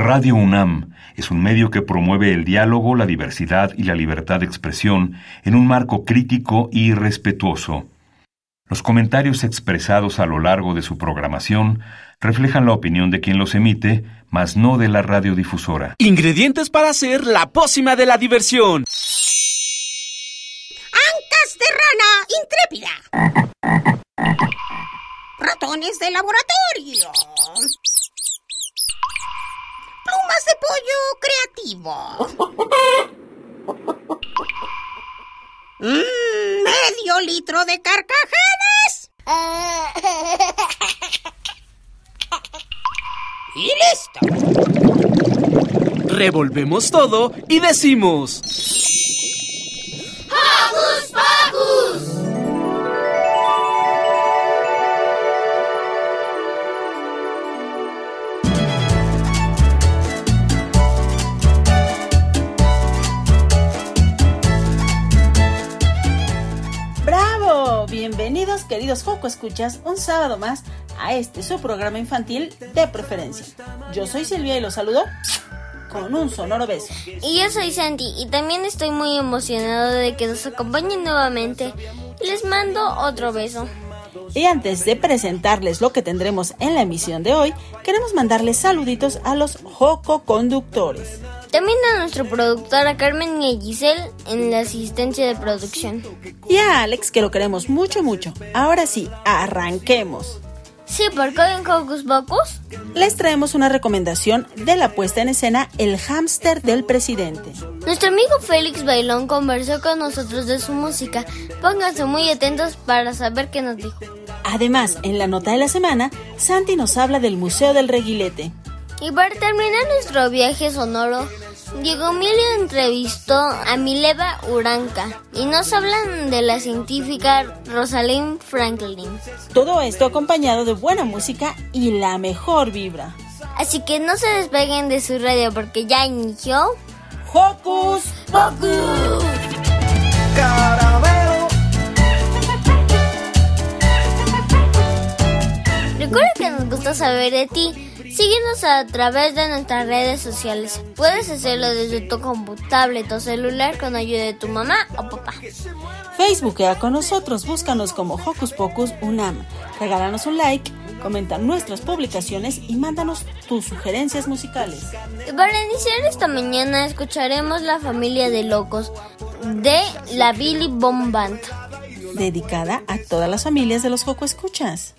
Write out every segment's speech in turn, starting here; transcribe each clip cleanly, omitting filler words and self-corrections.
Radio UNAM es un medio que promueve el diálogo, la diversidad y la libertad de expresión en un marco crítico y respetuoso. Los comentarios expresados a lo largo de su programación reflejan la opinión de quien los emite, mas no de la radiodifusora. Ingredientes para hacer la pócima de la diversión. Ancas de rana intrépida. Ratones de laboratorio. Plumas de pollo creativo. Medio litro de carcajadas. Y listo. Revolvemos todo y decimos: ¡Hocus Pocus! Bienvenidos, queridos Joco Escuchas, un sábado más a su programa infantil de preferencia. Yo soy Silvia y los saludo con un sonoro beso. Y yo soy Santi y también estoy muy emocionado de que nos acompañen nuevamente y les mando otro beso. Y antes de presentarles lo que tendremos en la emisión de hoy, queremos mandarles saluditos a los Joco Conductores. También a nuestra productora Carmen y a Giselle en la asistencia de producción. Y a Alex, que lo queremos mucho, mucho. Ahora sí, arranquemos. Sí, porque hoy en Hocus Pocus les traemos una recomendación de la puesta en escena El hámster del presidente. Nuestro amigo Félix Bailón conversó con nosotros de su música. Pónganse muy atentos para saber qué nos dijo. Además, en la nota de la semana, Santi nos habla del Museo del Reguilete. Y para terminar nuestro viaje sonoro, Diego Emilio entrevistó a Mileva Urranca y nos hablan de la científica Rosalind Franklin. Todo esto acompañado de buena música y la mejor vibra. Así que no se despeguen de su radio porque ya inició Hocus Pocus. Caramelo. Recuerda que nos gusta saber de ti. Síguenos a través de nuestras redes sociales. Puedes hacerlo desde tu computadora o celular con ayuda de tu mamá o papá. Facebookea con nosotros, búscanos como Hocus Pocus UNAM. Regálanos un like, comenta nuestras publicaciones y mándanos tus sugerencias musicales. Y para iniciar esta mañana escucharemos La Familia de Locos de la Billy Bomb Band, dedicada a todas las familias de los Joco Escuchas.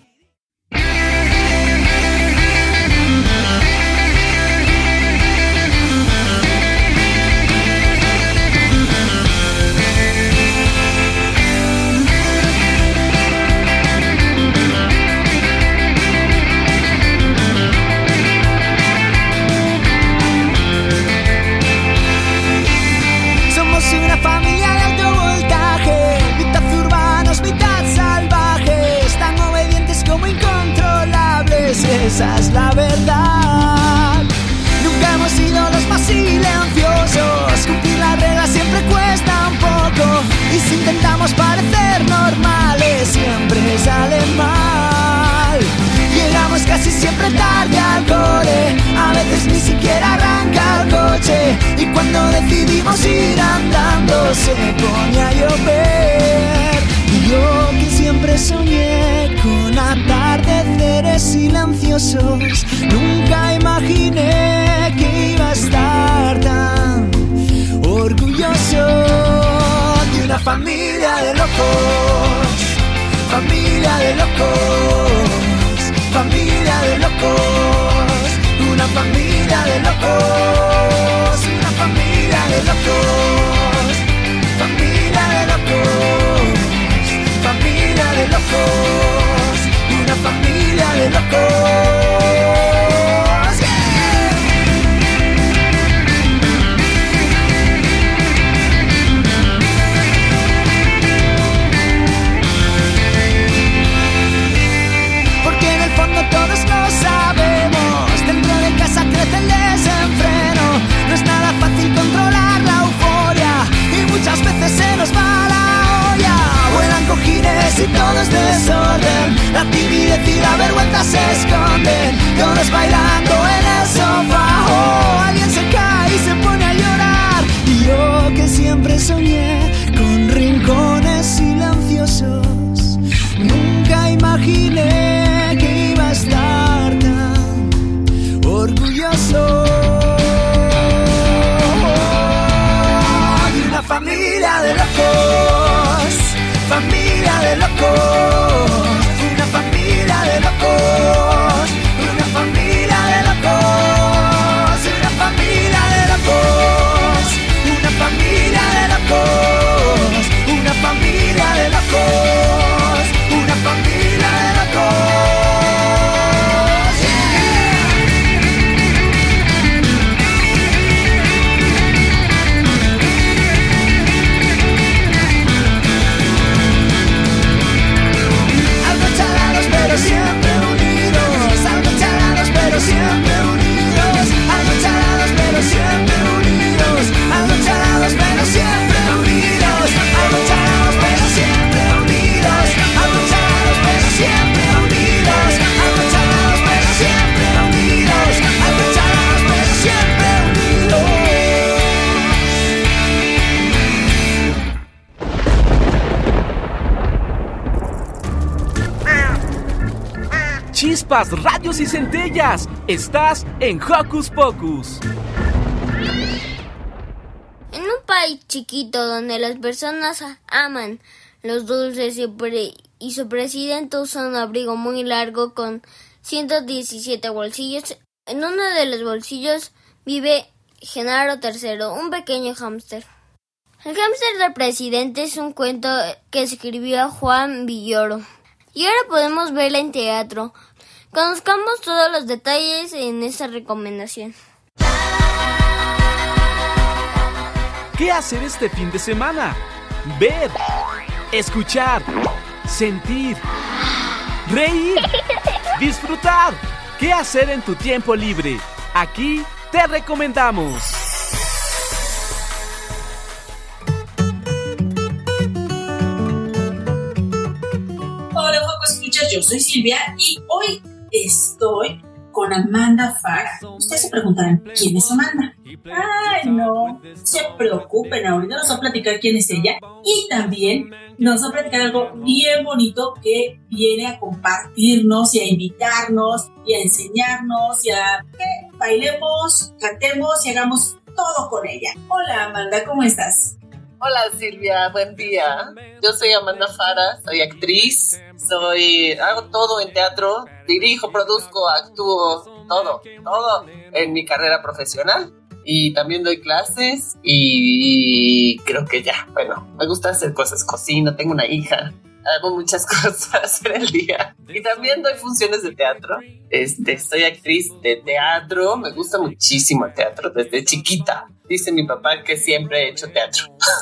Una familia de alto voltaje, mitad urbanos, mitad salvajes, tan obedientes como incontrolables, esa es la verdad. Nunca hemos sido los más silenciosos, cumplir las reglas siempre cuesta un poco, y si intentamos parecer normales, siempre sale mal. Llegamos casi siempre tarde al cole, a veces ni siquiera arranca el coche, y cuando decidimos ir andando se pone a llover. Y yo que siempre soñé con atardeceres silenciosos, nunca imaginé que iba a estar tan orgulloso de una familia de locos, familia de locos. Familia de locos, una familia de locos, una familia de locos, familia de locos, familia de locos, una familia de locos. Todos lo sabemos, dentro de casa crece el desenfreno. No es nada fácil controlar la euforia y muchas veces se nos va la olla. Vuelan cojines y todo es desorden, la timidez y la vergüenza se esconden. imaginé que iba a estar tan orgulloso de una familia de locos, familia de locos, una familia de locos, una familia de locos, una familia de locos, una familia de locos, una familia de locos, una familia de locos. Pero siempre unidos, algo chalados pero siempre unidos, algo chalados pero siempre unidos, algo chalados pero siempre unidos, algo chalados pero siempre unidos, algo chalados pero siempre unidos, algo chalados pero siempre unidos, algo chalados pero siempre unidos. Chispas, rayos y centellas. Estás en Hocus Pocus. En un país chiquito donde las personas aman los dulces y su presidente usa un abrigo muy largo con 117 bolsillos, en uno de los bolsillos vive Genaro III, un pequeño hámster. El hámster del presidente es un cuento que escribió Juan Villoro. Y ahora podemos verla en teatro. Conozcamos todos los detalles en esta recomendación. ¿Qué hacer este fin de semana? Ver, escuchar, sentir, reír, disfrutar. ¿Qué hacer en tu tiempo libre? Aquí te recomendamos. Hola, Hocus Escuchas, yo soy Silvia y hoy estoy con Amanda Fara. Ustedes se preguntarán, ¿quién es Amanda? Ay, no se preocupen, ahorita nos va a platicar quién es ella y también nos va a platicar algo bien bonito que viene a compartirnos y a invitarnos y a enseñarnos y a que bailemos, cantemos y hagamos todo con ella. Hola, Amanda, ¿cómo estás? Hola Silvia, buen día. Yo soy Amanda Fara, soy actriz, hago todo en teatro, dirijo, produzco, actúo, todo en mi carrera profesional. Y también doy clases y creo que ya, me gusta hacer cosas, cocino, tengo una hija, hago muchas cosas en el día. Y también doy funciones de teatro, soy actriz de teatro, me gusta muchísimo el teatro desde chiquita. Dice mi papá que siempre he hecho teatro.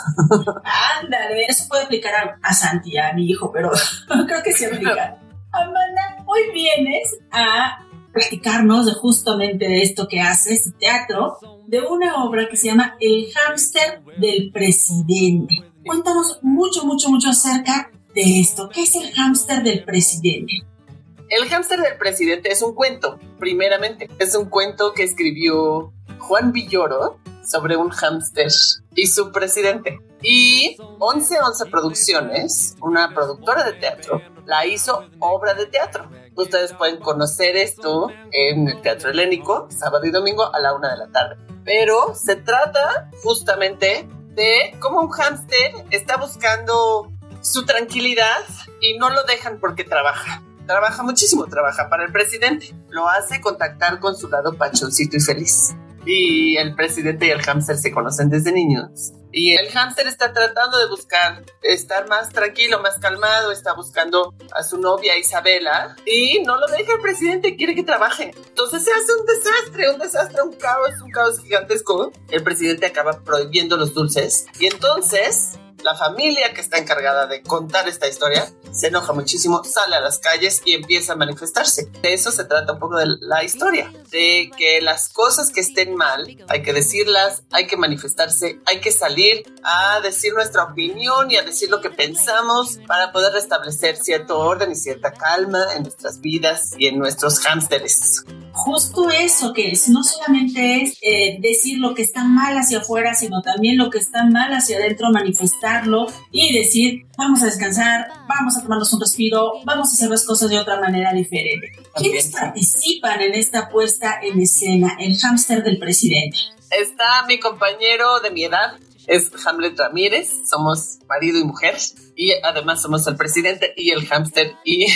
Ándale, eso puede aplicar a Santi, a mi hijo, pero creo que se aplica. Amanda, hoy vienes a platicarnos de justamente de esto que haces, de teatro, de una obra que se llama El hámster del presidente. Cuéntanos mucho acerca de esto. ¿Qué es el hámster del presidente? El hámster del presidente es un cuento, primeramente. Es un cuento que escribió Juan Villoro sobre un hámster y su presidente. Y 11 Producciones, una productora de teatro, la hizo obra de teatro. Ustedes pueden conocer esto en el Teatro Helénico, sábado y domingo a la 1 de la tarde. Pero se trata justamente de cómo un hámster está buscando su tranquilidad y no lo dejan porque trabaja. Trabaja muchísimo, trabaja para el presidente. Lo hace contactar con su lado pachoncito y feliz. Y el presidente y el hámster se conocen desde niños. Y el hámster está tratando de buscar estar más tranquilo, más calmado, está buscando a su novia Isabela y no lo deja el presidente, quiere que trabaje. Entonces se hace un desastre, un caos gigantesco. El presidente acaba prohibiendo los dulces y entonces la familia que está encargada de contar esta historia se enoja muchísimo, sale a las calles y empieza a manifestarse. De eso se trata un poco de la historia, de que las cosas que estén mal hay que decirlas, hay que manifestarse, hay que salir a decir nuestra opinión y a decir lo que pensamos para poder restablecer cierto orden y cierta calma en nuestras vidas y en nuestros hámsteres. justo eso, que no solamente es decir lo que está mal hacia afuera, sino también lo que está mal hacia adentro, manifestarlo y decir, vamos a descansar, vamos a tomarnos un respiro, vamos a hacer las cosas de otra manera diferente. ¿Quiénes participan en esta puesta en escena, el hámster del presidente? Está mi compañero de mi edad, es Hamlet Ramírez, somos marido y mujer, y además somos el presidente y el hámster y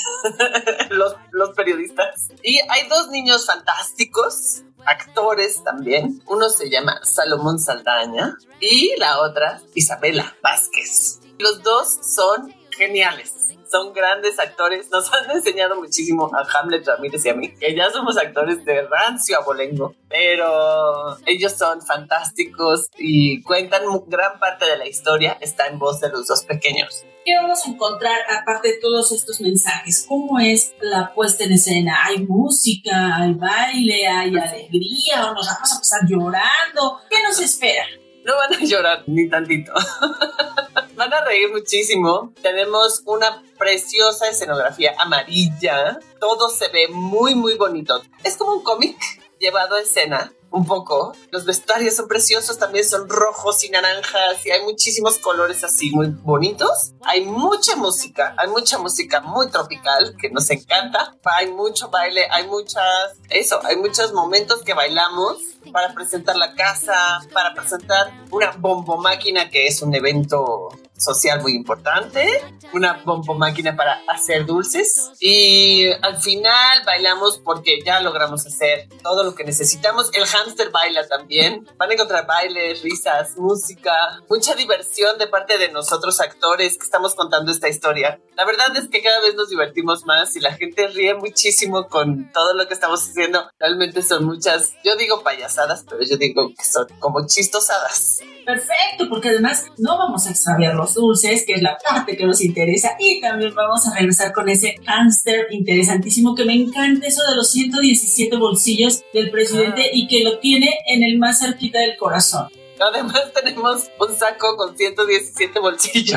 los periodistas. Y hay 2 niños fantásticos, actores también. Uno se llama Salomón Saldaña y la otra Isabela Vázquez. Los 2 son geniales. Son grandes actores, nos han enseñado muchísimo a Hamlet Ramírez y a mí, que ya somos actores de rancio abolengo, pero ellos son fantásticos y cuentan gran parte de la historia, está en voz de los 2 pequeños. ¿Qué vamos a encontrar aparte de todos estos mensajes? ¿Cómo es la puesta en escena? ¿Hay música, hay baile, hay alegría o nos vamos a pasar llorando? ¿Qué nos espera? No van a llorar ni tantito. Van a reír muchísimo. Tenemos una preciosa escenografía amarilla. Todo se ve muy, muy bonito. Es como un cómic llevado a escena. Un poco. Los vestuarios son preciosos, también son rojos y naranjas y hay muchísimos colores así muy bonitos. Hay mucha música muy tropical que nos encanta. Hay mucho baile, hay muchos momentos que bailamos para presentar la casa, para presentar una bombomáquina que es un evento social muy importante, una bombomáquina para hacer dulces y al final bailamos porque ya logramos hacer todo lo que necesitamos. El hámster baila también, van a encontrar bailes, risas, música, mucha diversión de parte de nosotros actores que estamos contando esta historia. La verdad es que cada vez nos divertimos más y la gente ríe muchísimo con todo lo que estamos haciendo. Realmente son muchas, yo digo payasadas, pero yo digo que son como chistosadas. Perfecto, porque además no vamos a extraviar los dulces, que es la parte que nos interesa, y también vamos a regresar con ese hámster interesantísimo que me encanta, eso de los 117 bolsillos del presidente y que lo tiene en el más cerquita del corazón. Además tenemos un saco con 117 bolsillos.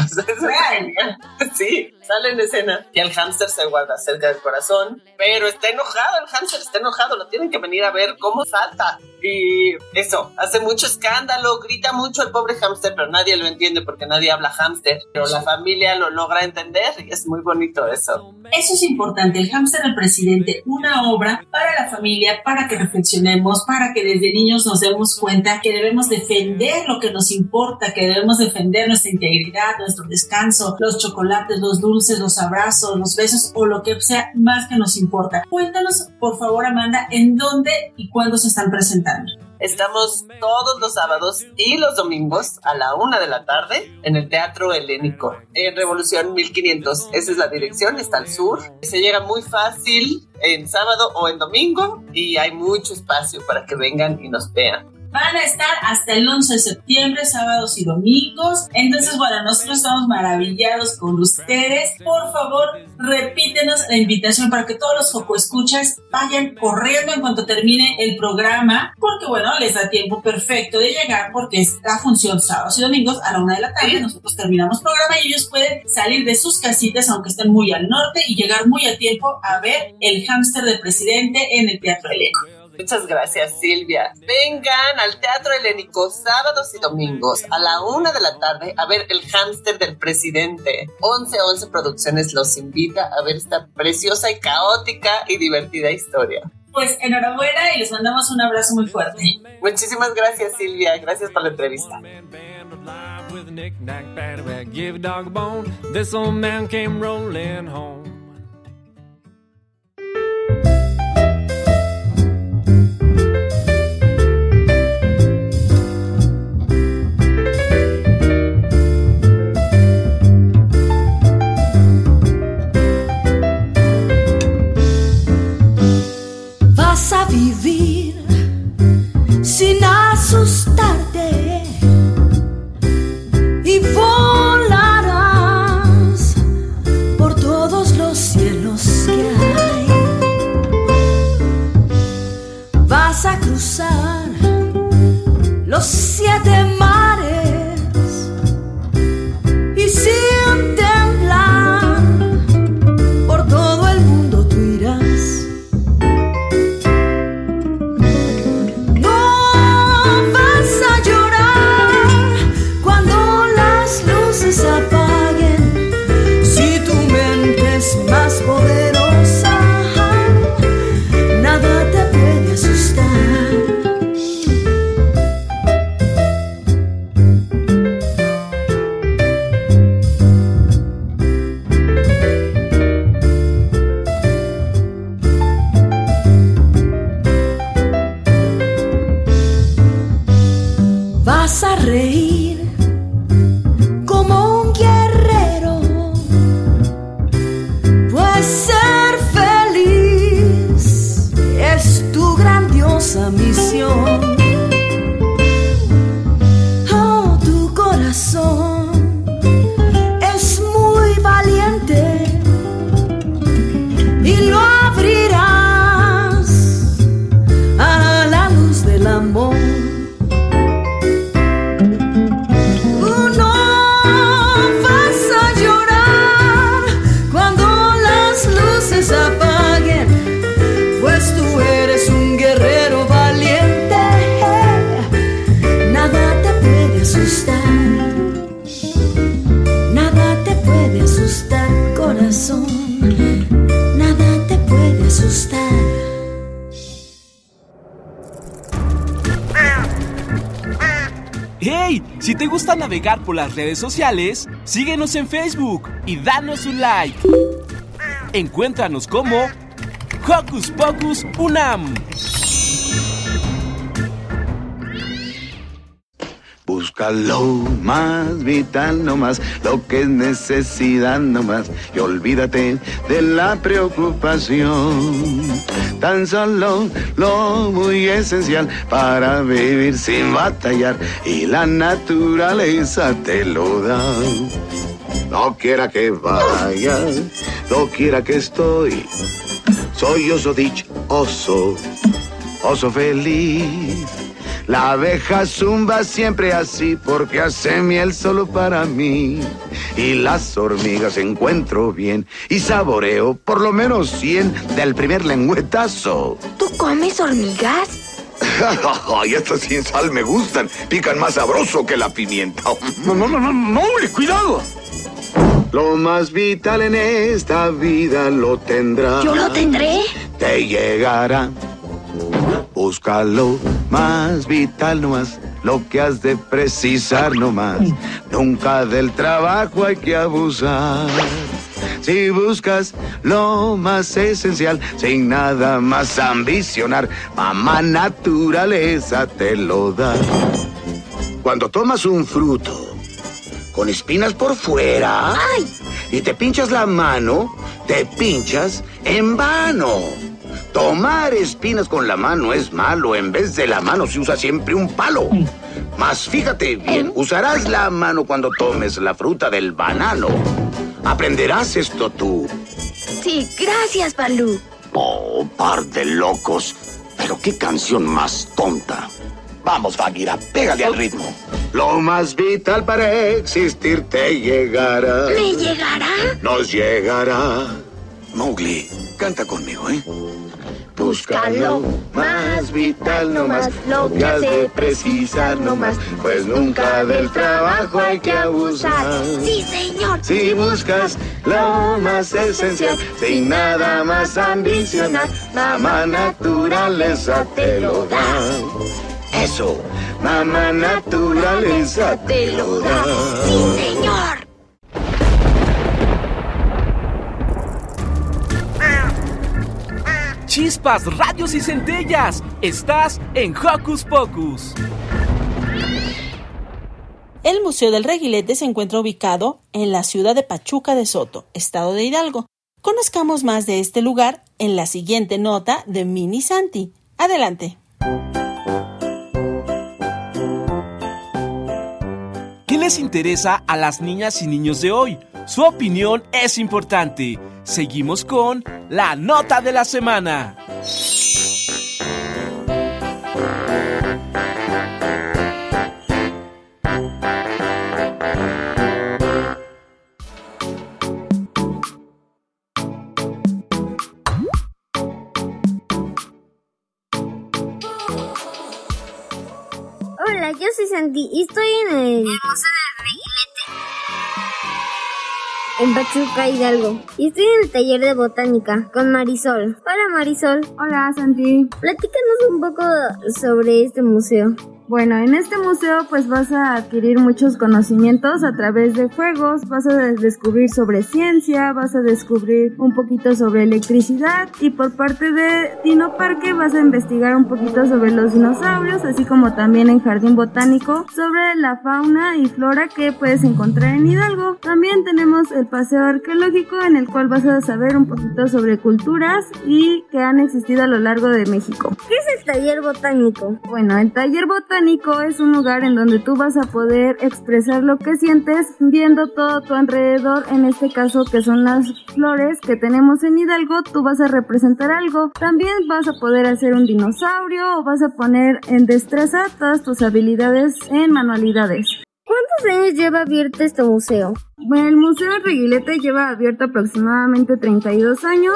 Sí, sale en escena. Y el hámster se guarda cerca del corazón. Pero está enojado, el hámster está enojado. Lo tienen que venir a ver cómo salta. Y eso, hace mucho escándalo, grita mucho el pobre hámster, pero nadie lo entiende porque nadie habla hámster. Pero la familia lo logra entender y es muy bonito eso. Eso es importante, el hámster del presidente, una obra para la familia, para que reflexionemos, para que desde niños nos demos cuenta que debemos defender lo que nos importa, que debemos defender nuestra integridad, nuestro descanso, los chocolates, los dulces, los abrazos, los besos o lo que sea más que nos importa. Cuéntanos, por favor, Amanda, ¿en dónde y cuándo se están presentando? Estamos todos los sábados y los domingos a la 1 de la tarde en el Teatro Helénico, en Revolución 1500. Esa es la dirección, está al sur. Se llega muy fácil en sábado o en domingo y hay mucho espacio para que vengan y nos vean. Van a estar hasta el 11 de septiembre, sábados y domingos. Entonces, bueno, nosotros estamos maravillados con ustedes. Por favor, repítenos la invitación para que todos los focoescuchas vayan corriendo en cuanto termine el programa, porque, bueno, les da tiempo perfecto de llegar porque es la función sábados y domingos a la 1 de la tarde. Nosotros terminamos programa y ellos pueden salir de sus casitas, aunque estén muy al norte, y llegar muy a tiempo a ver el hámster del presidente en el Teatro Helénico. Muchas gracias, Silvia. Vengan al Teatro Helénico sábados y domingos a la 1 de la tarde a ver el hámster del presidente. 11 Producciones los invita a ver esta preciosa y caótica y divertida historia. Pues enhorabuena y les mandamos un abrazo muy fuerte. Muchísimas gracias, Silvia. Gracias por la entrevista. Vas a vivir sin asustarte y volarás por todos los cielos que hay. Vas a cruzar los 7 mares y sin temblar por todo el mundo tú irás. vas a reír como un guerrero, pues ser feliz es tu grandiosa misión. Oh, tu corazón es muy valiente y lo abrirás a la luz del amor. Nada te puede asustar. ¡Hey! Si te gusta navegar por las redes sociales, síguenos en Facebook y danos un like. Encuéntranos como Hocus Pocus Unam. Busca lo más vital nomás, lo que es necesidad nomás, y olvídate de la preocupación. Tan solo lo muy esencial para vivir sin batallar, y la naturaleza te lo da. No quiera que vaya, no quiera que estoy, soy oso dichoso, oso feliz. La abeja zumba siempre así porque hace miel solo para mí. Y las hormigas encuentro bien y saboreo por lo menos 100 del primer lengüetazo. ¿Tú comes hormigas? Ay, estas sin sal me gustan. Pican más sabroso que la pimienta. No, cuidado. Lo más vital en esta vida lo tendrás. ¿Yo lo tendré? Te llegará. Búscalo más vital nomás, lo que has de precisar nomás. Nunca del trabajo hay que abusar. Si buscas lo más esencial, sin nada más ambicionar, mamá naturaleza te lo da. Cuando tomas un fruto con espinas por fuera, ¡ay!, y te pinchas la mano, te pinchas en vano. Tomar espinas con la mano es malo. En vez de la mano se usa siempre un palo. Mas fíjate bien, usarás la mano cuando tomes la fruta del banano. ¿Aprenderás esto tú? Sí, gracias, Balú. Oh, par de locos. Pero qué canción más tonta. Vamos, Bagheera, pégale al ritmo. Lo más vital para existir te llegará. ¿Me llegará? Nos llegará. Mowgli, canta conmigo, ¿eh? Búscalo más vital nomás, lo que has de precisar nomás, pues nunca del trabajo hay que abusar. Sí, señor. Si buscas lo más esencial, sin nada más ambicionar, mamá naturaleza te lo da. Eso, mamá naturaleza te lo da. Sí, señor. Chispas, rayos y centellas. Estás en Hocus Pocus. El Museo del Reguilete se encuentra ubicado en la ciudad de Pachuca de Soto, estado de Hidalgo. Conozcamos más de este lugar en la siguiente nota de Mini Santi. Adelante. ¿Qué les interesa a las niñas y niños de hoy? Su opinión es importante. Seguimos con la nota de la semana. Hola, yo soy Santi y estoy en el Museo del Reguilete en Pachuca, Hidalgo. Y estoy en el taller de botánica con Marisol. Hola, Marisol. Hola, Santi. Platícanos un poco sobre este museo. Bueno, en este museo pues vas a adquirir muchos conocimientos a través de juegos, vas a descubrir sobre ciencia, vas a descubrir un poquito sobre electricidad y por parte de Dino Parque vas a investigar un poquito sobre los dinosaurios, así como también en Jardín Botánico sobre la fauna y flora que puedes encontrar en Hidalgo. También tenemos el paseo arqueológico en el cual vas a saber un poquito sobre culturas y que han existido a lo largo de México. ¿Qué es el taller botánico? Bueno, el taller botánico es un lugar en donde tú vas a poder expresar lo que sientes viendo todo tu alrededor, en este caso que son las flores que tenemos en Hidalgo. Tú vas a representar algo, también vas a poder hacer un dinosaurio o vas a poner en destreza todas tus habilidades en manualidades. ¿Cuántos años lleva abierto este museo? Bueno, el Museo Reguilete lleva abierto aproximadamente 32 años.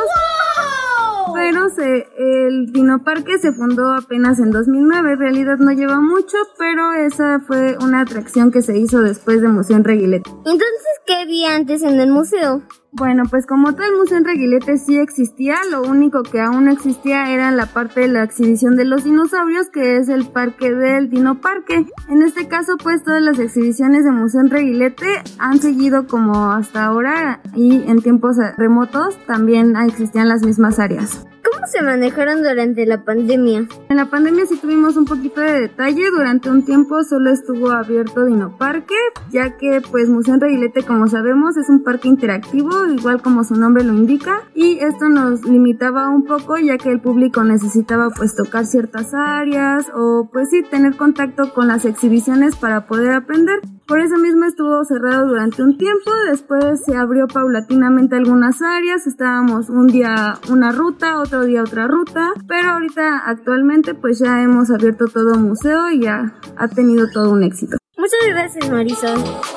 Pero el Dino Parque se fundó apenas en 2009, en realidad no lleva mucho, pero esa fue una atracción que se hizo después de Museo en Reguilete. Entonces, ¿qué había antes en el museo? Bueno, pues como tal el Museo en Reguilete sí existía, lo único que aún no existía era la parte de la exhibición de los dinosaurios, que es el parque del Dino Parque. En este caso, pues todas las exhibiciones de Museo en Reguilete han seguido como hasta ahora y en tiempos remotos también existían las mismas áreas. ¿Cómo se manejaron durante la pandemia? En la pandemia sí tuvimos un poquito de detalle. Durante un tiempo solo estuvo abierto Dino Parque, ya que pues Museo en Reguilete, como sabemos, es un parque interactivo, igual como su nombre lo indica, y esto nos limitaba un poco, ya que el público necesitaba pues tocar ciertas áreas o pues sí tener contacto con las exhibiciones para poder aprender. Por eso mismo estuvo cerrado durante un tiempo, después se abrió paulatinamente algunas áreas, estábamos un día una ruta, otro día otra ruta, pero ahorita actualmente pues ya hemos abierto todo museo y ya ha tenido todo un éxito. Muchas gracias, Marisol.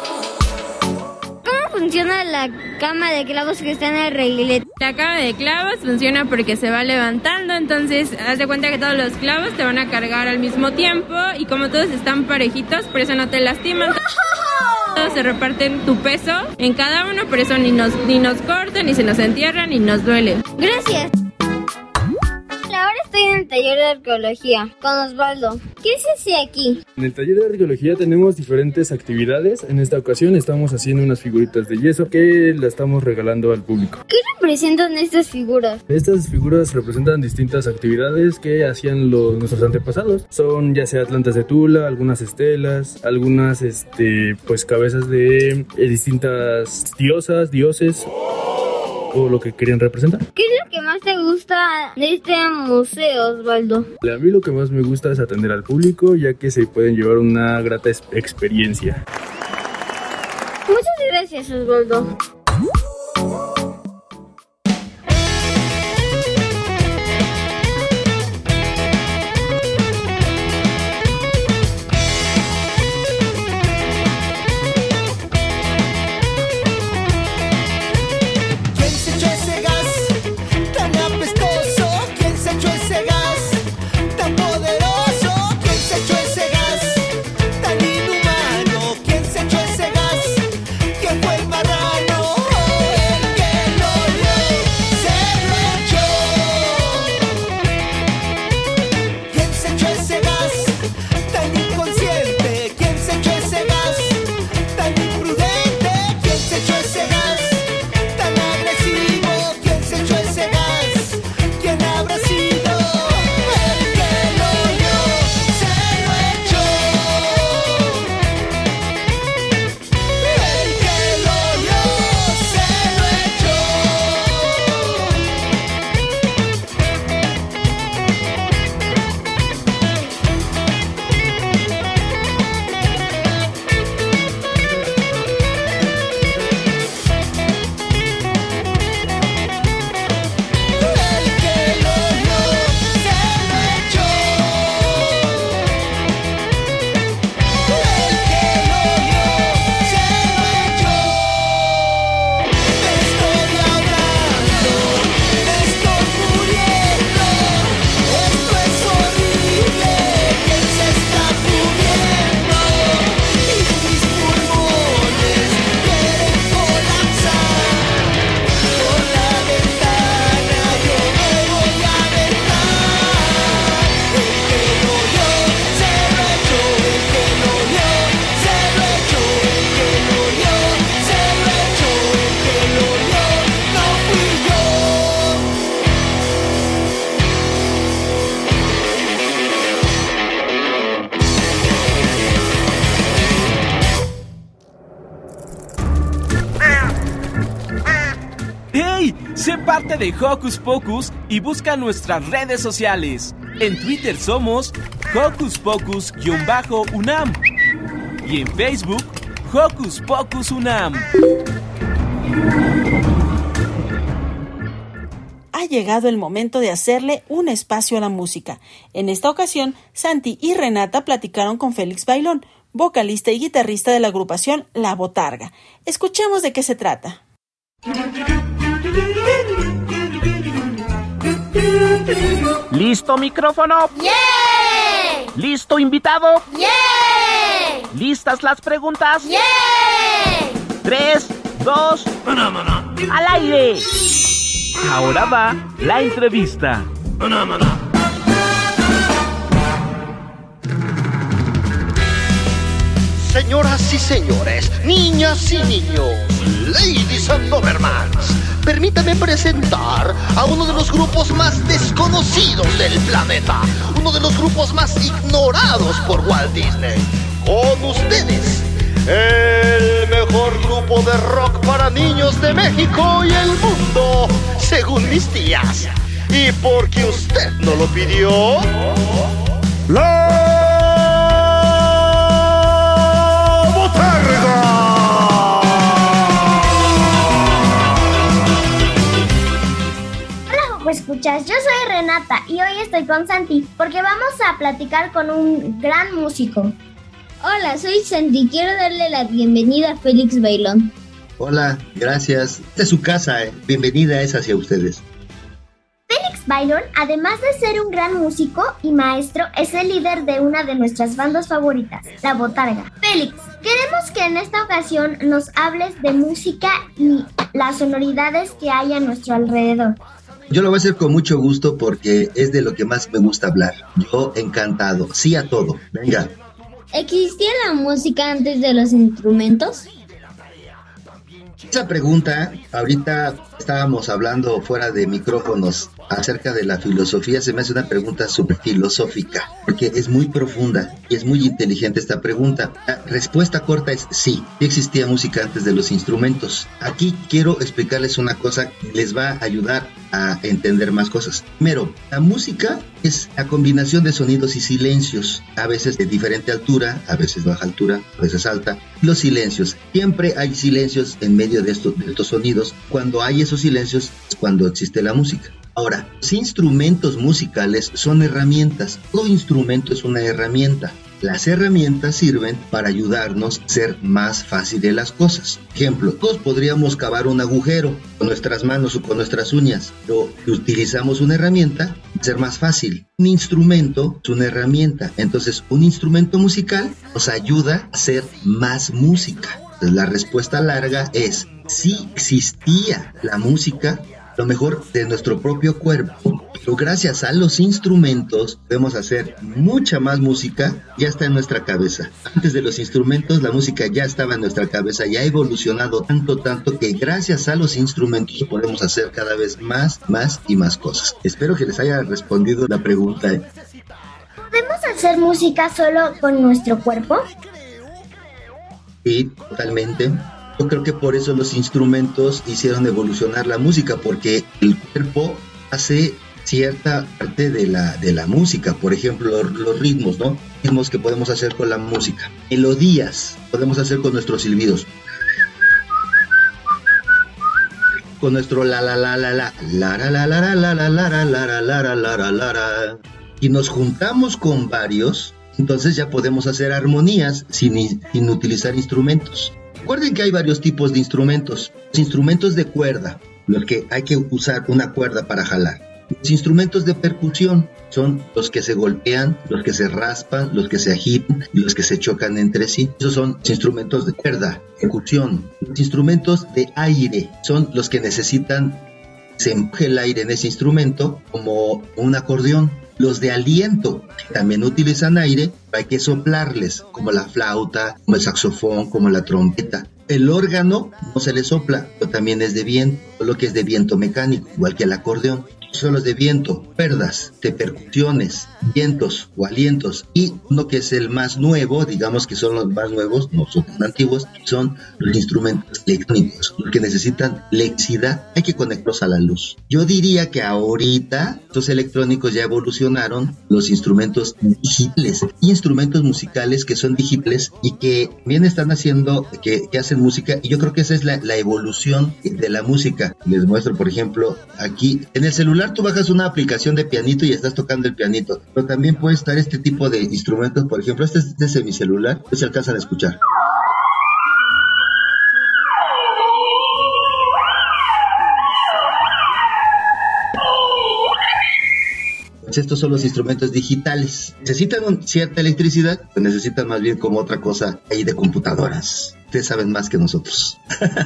¿Cómo funciona la cama de clavos que está en el Reguilete? La cama de clavos funciona porque se va levantando, entonces haz de cuenta que todos los clavos te van a cargar al mismo tiempo y como todos están parejitos, por eso no te lastiman. Todos se reparten tu peso en cada uno, por eso ni nos cortan, ni se nos entierran, ni nos duele. Gracias. Ahora estoy en el taller de arqueología con Osvaldo. ¿Qué se hace aquí? En el taller de arqueología tenemos diferentes actividades. En esta ocasión estamos haciendo unas figuritas de yeso que la estamos regalando al público. ¿Qué representan estas figuras? Estas figuras representan distintas actividades que hacían nuestros antepasados. Son ya sea atlantes de Tula, algunas estelas, algunas pues cabezas de distintas diosas, dioses, o lo que querían representar. ¿Qué es lo que más te gusta de este museo, Osvaldo? A mí lo que más me gusta es atender al público, ya que se pueden llevar una grata experiencia. Muchas gracias, Osvaldo. Tan inhumano, ¿quién se echó ese gas? ¿Quién fue el marrano? parte de Hocus Pocus y busca nuestras redes sociales. En Twitter somos Hocus Pocus-UNAM y en Facebook Hocus Pocus UNAM. Ha llegado el momento de hacerle un espacio a la música. En esta ocasión, Santi y Renata platicaron con Félix Bailón, vocalista y guitarrista de la agrupación La Botarga. Escuchemos de qué se trata. ¿Listo micrófono? ¡Yeah! ¿Listo invitado? ¡Yeah! ¿Listas las preguntas? ¡Yeah! 3, 2, ¡al aire! Ahora va la entrevista. Señoras y señores, niñas y niños, ladies and Dobermans, permítame presentar a uno de los grupos más desconocidos del planeta, uno de los grupos más ignorados por Walt Disney. Con ustedes, el mejor grupo de rock para niños de México y el mundo, según mis tías. Y porque usted no lo pidió, La Botarga. Hola, escuchas, yo soy Renata y hoy estoy con Santi porque vamos a platicar con un gran músico. Hola, soy Santi. Quiero darle la bienvenida a Félix Bailón. Hola, gracias. Esta es su casa. Bienvenida es hacia ustedes. Félix Bailón, además de ser un gran músico y maestro, es el líder de una de nuestras bandas favoritas, La Botarga. Félix, queremos que en esta ocasión nos hables de música y las sonoridades que hay a nuestro alrededor. Yo lo voy a hacer con mucho gusto porque es de lo que más me gusta hablar. Yo encantado. Sí a todo. Venga. ¿Existía la música antes de los instrumentos? Esa pregunta, ahorita estábamos hablando fuera de micrófonos acerca de la filosofía, se me hace una pregunta súper filosófica, porque es muy profunda y es muy inteligente esta pregunta. La respuesta corta es sí existía música antes de los instrumentos. Aquí quiero explicarles una cosa que les va a ayudar a entender más cosas. Primero, la música es la combinación de sonidos y silencios, a veces de diferente altura, a veces baja altura, a veces alta. Los silencios, siempre hay silencios en medio de estos sonidos. Cuando hay esos silencios es cuando existe la música. Ahora, los instrumentos musicales son herramientas. Todo instrumento es una herramienta. Las herramientas sirven para ayudarnos a hacer más fáciles las cosas. Ejemplo, todos podríamos cavar un agujero con nuestras manos o con nuestras uñas, pero si utilizamos una herramienta, va a ser más fácil. Un instrumento es una herramienta, entonces un instrumento musical nos ayuda a hacer más música. Entonces, la respuesta larga es, sí existía la música, a lo mejor de nuestro propio cuerpo, pero gracias a los instrumentos podemos hacer mucha más música, ya está en nuestra cabeza. Antes de los instrumentos la música ya estaba en nuestra cabeza, ya ha evolucionado tanto que gracias a los instrumentos podemos hacer cada vez más y más cosas. Espero que les haya respondido la pregunta. ¿Podemos hacer música solo con nuestro cuerpo? Sí, totalmente. Yo creo que por eso los instrumentos hicieron evolucionar la música, porque el cuerpo hace cierta parte de la música. Por ejemplo, los ritmos, ¿no? Ritmos que podemos hacer con la música. Melodías podemos hacer con nuestros silbidos. Con nuestro la la la la la la la la la la la la la la la la la la la. Y nos juntamos con varios, entonces ya podemos hacer armonías sin utilizar instrumentos. Recuerden que hay varios tipos de instrumentos. Los instrumentos de cuerda, los que hay que usar una cuerda para jalar. Los instrumentos de percusión son los que se golpean, los que se raspan, los que se agitan y los que se chocan entre sí. Esos son los instrumentos de cuerda, percusión. Los instrumentos de aire son los que necesitan se empuje el aire en ese instrumento como un acordeón. Los de aliento también utilizan aire, pero hay que soplarles, como la flauta, como el saxofón, como la trompeta. El órgano no se le sopla, pero también es de viento, lo que es de viento mecánico, igual que el acordeón. son los de viento, cuerdas, de percusiones, vientos o alientos. Y uno que es el más nuevo, digamos que son los más nuevos, no son tan antiguos, son los instrumentos electrónicos, los que necesitan electricidad, hay que conectarlos a la luz. Yo diría que ahorita estos electrónicos ya evolucionaron los instrumentos digitales, instrumentos musicales que son digitales y que bien están haciendo, que hacen música, y yo creo que esa es la evolución de la música. Les muestro, por ejemplo, aquí en el celular tú bajas una aplicación de pianito y estás tocando el pianito, pero también puede estar este tipo de instrumentos. Por ejemplo, este es de mi celular, pues se alcanzan a escuchar. Estos son los instrumentos digitales. Necesitan cierta electricidad, pero necesitan más bien como otra cosa ahí de computadoras. Ustedes saben más que nosotros.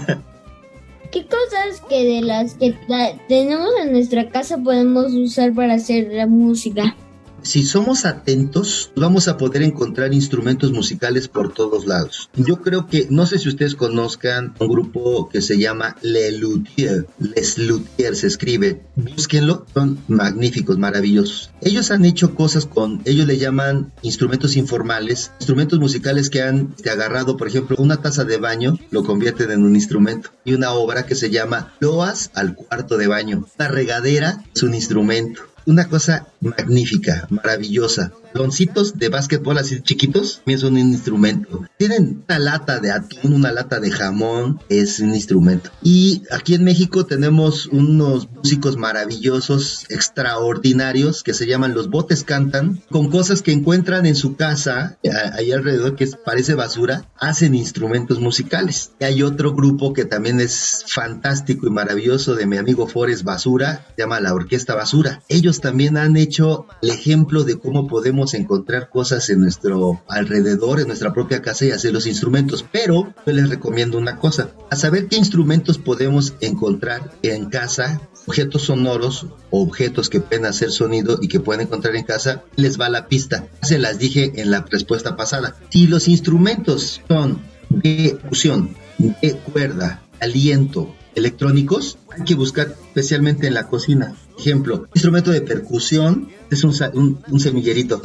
¿Qué cosas que de las que tenemos en nuestra casa podemos usar para hacer la música? Si somos atentos, vamos a poder encontrar instrumentos musicales por todos lados. Yo creo que, no sé si ustedes conozcan un grupo que se llama Les Luthiers se escribe. Búsquenlo, son magníficos, maravillosos. Ellos han hecho cosas ellos le llaman instrumentos informales, instrumentos musicales que han agarrado, por ejemplo, una taza de baño, lo convierten en un instrumento. Y una obra que se llama Loas al cuarto de baño. Una regadera es un instrumento. Una cosa magnífica, maravillosa. Baloncitos de básquetbol así chiquitos, también son un instrumento. Tienen una lata de atún, una lata de jamón, es un instrumento. Y aquí en México tenemos unos músicos maravillosos, extraordinarios, que se llaman Los Botes Cantan, con cosas que encuentran en su casa, ahí alrededor, que parece basura, hacen instrumentos musicales. Y hay otro grupo que también es fantástico y maravilloso, de mi amigo Forrest Basura, se llama la Orquesta Basura. Ellos también han hecho el ejemplo de cómo podemos encontrar cosas en nuestro alrededor, en nuestra propia casa, y hacer los instrumentos. Pero yo les recomiendo una cosa: a saber qué instrumentos podemos encontrar en casa, objetos sonoros o objetos que pueden hacer sonido y que pueden encontrar en casa. Les va la pista, se las dije en la respuesta pasada. Si los instrumentos son de fusión, de cuerda, aliento, electrónicos, hay que buscar especialmente en la cocina. Ejemplo, instrumento de percusión es un semillerito.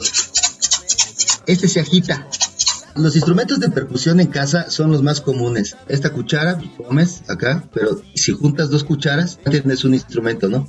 Este se agita. Los instrumentos de percusión en casa son los más comunes. Esta cuchara, comes acá, pero si juntas 2 cucharas, tienes un instrumento, ¿no?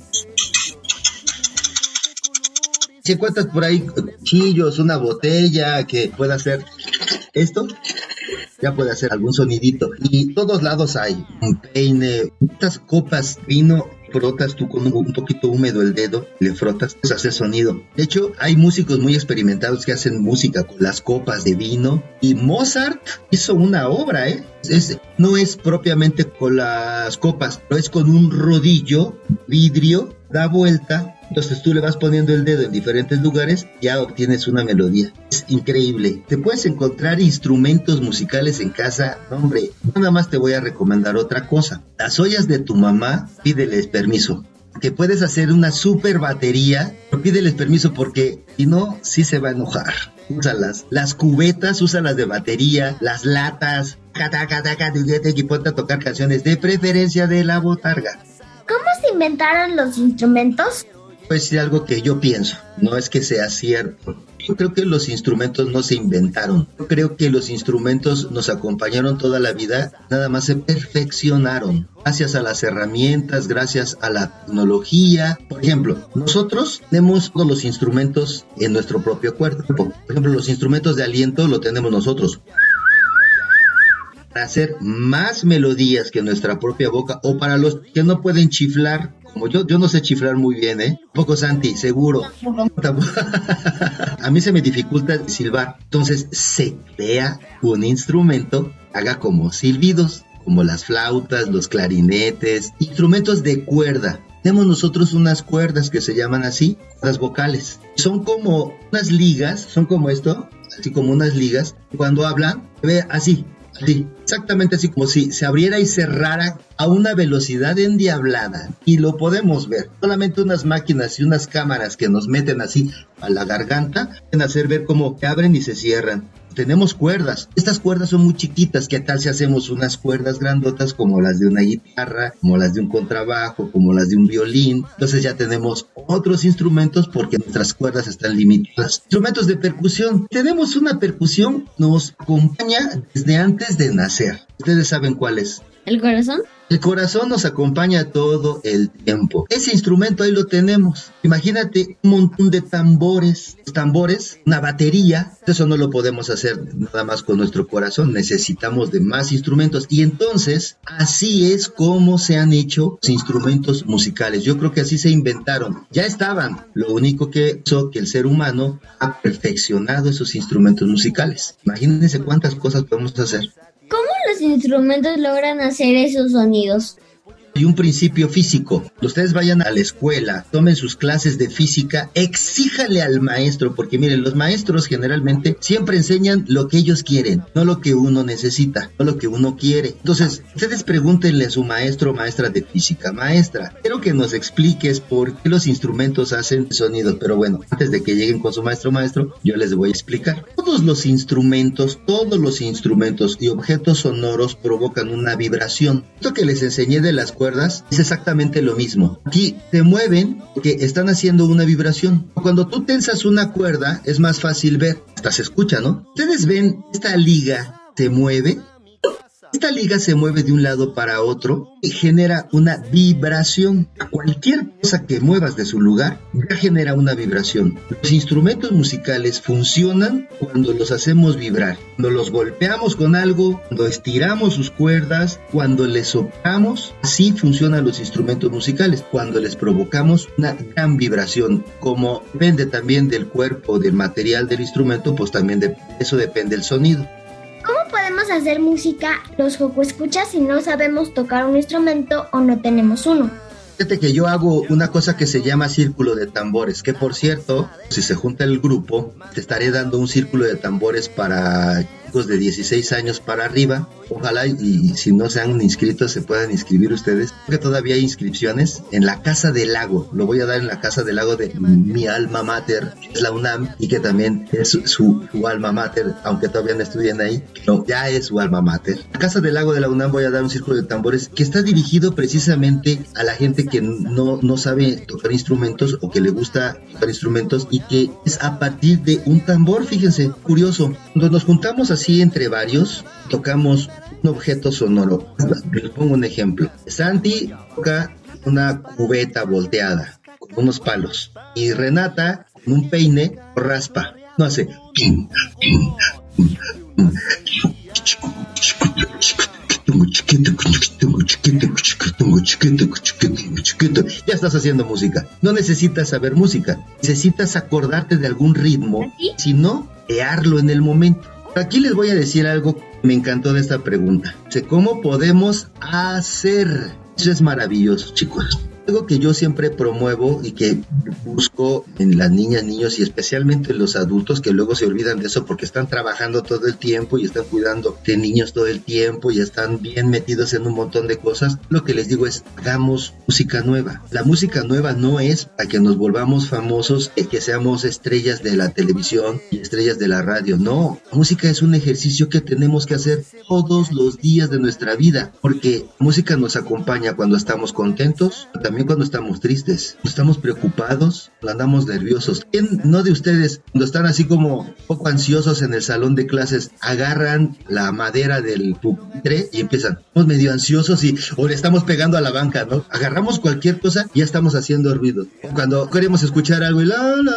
Si encuentras por ahí cuchillos, una botella que pueda hacer esto, ya puede hacer algún sonidito. Y todos lados hay un peine, estas copas, vino, frotas tú con un poquito húmedo el dedo, le frotas, pues hace sonido. De hecho, hay músicos muy experimentados que hacen música con las copas de vino. Y Mozart hizo una obra, no es propiamente con las copas, pero es con un rodillo, vidrio, da vuelta. Entonces tú le vas poniendo el dedo en diferentes lugares, ya obtienes una melodía. Es increíble. Te puedes encontrar instrumentos musicales en casa. Hombre, nada más te voy a recomendar otra cosa. Las ollas de tu mamá, pídeles permiso. Que puedes hacer una super batería, pero pídeles permiso porque si no, sí se va a enojar. Úsalas. Las cubetas, úsalas de batería. Las latas, y ponte a tocar canciones, de preferencia de La Botarga. ¿Cómo se inventaron los instrumentos? Pues es algo que yo pienso, no es que sea cierto. Yo creo que los instrumentos no se inventaron. Yo creo que los instrumentos nos acompañaron toda la vida, nada más se perfeccionaron. Gracias a las herramientas, gracias a la tecnología. Por ejemplo, nosotros tenemos todos los instrumentos en nuestro propio cuerpo. Por ejemplo, los instrumentos de aliento lo tenemos nosotros. Para hacer más melodías que nuestra propia boca, o para los que no pueden chiflar, como yo no sé chiflar muy bien, Poco Santi, seguro. A mí se me dificulta silbar. Entonces se crea un instrumento, haga como silbidos, como las flautas, los clarinetes, instrumentos de cuerda. Tenemos nosotros unas cuerdas que se llaman así, cuerdas vocales. Son como unas ligas, son como esto, así como unas ligas. Cuando hablan, se ve así. Sí, exactamente así, como si se abriera y cerrara a una velocidad endiablada. Y lo podemos ver. Solamente unas máquinas y unas cámaras que nos meten así a la garganta pueden hacer ver cómo se abren y se cierran. tenemos cuerdas. Estas cuerdas son muy chiquitas. ¿Qué tal si hacemos unas cuerdas grandotas como las de una guitarra, como las de un contrabajo, como las de un violín? Entonces ya tenemos otros instrumentos porque nuestras cuerdas están limitadas. Instrumentos de percusión. Tenemos una percusión, nos acompaña desde antes de nacer. ¿Ustedes saben cuál es? ¿El corazón? El corazón nos acompaña todo el tiempo. Ese instrumento ahí lo tenemos. Imagínate un montón de tambores. Los tambores, una batería. Eso no lo podemos hacer nada más con nuestro corazón. Necesitamos de más instrumentos. Y entonces, así es como se han hecho los instrumentos musicales. Yo creo que así se inventaron. Ya estaban. Lo único que hizo que el ser humano ha perfeccionado esos instrumentos musicales. Imagínense cuántas cosas podemos hacer. ¿Cómo los instrumentos logran hacer esos sonidos? Y un principio físico. Ustedes vayan a la escuela, tomen sus clases de física, exíjale al maestro, porque miren, los maestros generalmente siempre enseñan lo que ellos quieren, no lo que uno necesita, no lo que uno quiere. Entonces, ustedes pregúntenle a su maestro o maestra de física: maestra, quiero que nos expliques por qué los instrumentos hacen sonidos. Pero bueno, antes de que lleguen con su maestro o maestro, yo les voy a explicar. Todos los instrumentos y objetos sonoros provocan una vibración. Esto que les enseñé de las cuerdas es exactamente lo mismo. Aquí se mueven porque están haciendo una vibración. Cuando tú tensas una cuerda es más fácil ver, hasta se escucha, ¿no? Ustedes ven, esta liga se mueve. Esta liga se mueve de un lado para otro y genera una vibración. Cualquier cosa que muevas de su lugar ya genera una vibración. Los instrumentos musicales funcionan cuando los hacemos vibrar. Cuando los golpeamos con algo, cuando estiramos sus cuerdas, cuando les soplamos, así funcionan los instrumentos musicales. Cuando les provocamos una gran vibración. Como depende también del cuerpo, del material del instrumento, pues también de eso depende el sonido. ¿Cómo podemos hacer música los jocoescuchas si no sabemos tocar un instrumento o no tenemos uno? Fíjate que yo hago una cosa que se llama círculo de tambores, que por cierto, si se junta el grupo, te estaré dando un círculo de tambores para chicos de 16 años para arriba. Ojalá y si no se han inscrito se puedan inscribir ustedes, porque todavía hay inscripciones en la Casa del Lago. Lo voy a dar en la Casa del Lago de mi alma mater, es la UNAM, y que también es su alma mater, aunque todavía no estudian ahí, no, ya es su alma mater. En la Casa del Lago de la UNAM voy a dar un círculo de tambores que está dirigido precisamente a la gente que no sabe tocar instrumentos o que le gusta tocar instrumentos, y que es a partir de un tambor. Fíjense, curioso, cuando nos juntamos así entre varios, tocamos un objeto sonoro. Les pongo un ejemplo. Santi toca una cubeta volteada con unos palos y Renata con un peine raspa. No hace ya estás haciendo música. No necesitas saber música, necesitas acordarte de algún ritmo, sino crearlo en el momento. Aquí les voy a decir algo que me encantó de esta pregunta. ¿Cómo podemos hacer? Eso es maravilloso, chicos. Algo que yo siempre promuevo y que busco en las niñas, niños y especialmente en los adultos, que luego se olvidan de eso porque están trabajando todo el tiempo y están cuidando de niños todo el tiempo y están bien metidos en un montón de cosas. Lo que les digo es: hagamos música nueva. La música nueva no es para que nos volvamos famosos y que seamos estrellas de la televisión y estrellas de la radio. No, la música es un ejercicio que tenemos que hacer todos los días de nuestra vida, porque la música nos acompaña cuando estamos contentos, también cuando estamos tristes, cuando estamos preocupados, cuando andamos nerviosos. ¿Quién no de ustedes, cuando están así como un poco ansiosos en el salón de clases, agarran la madera del pupitre y empiezan, estamos medio ansiosos o le estamos pegando a la banca, ¿no? Agarramos cualquier cosa y ya estamos haciendo ruido. Cuando queremos escuchar algo y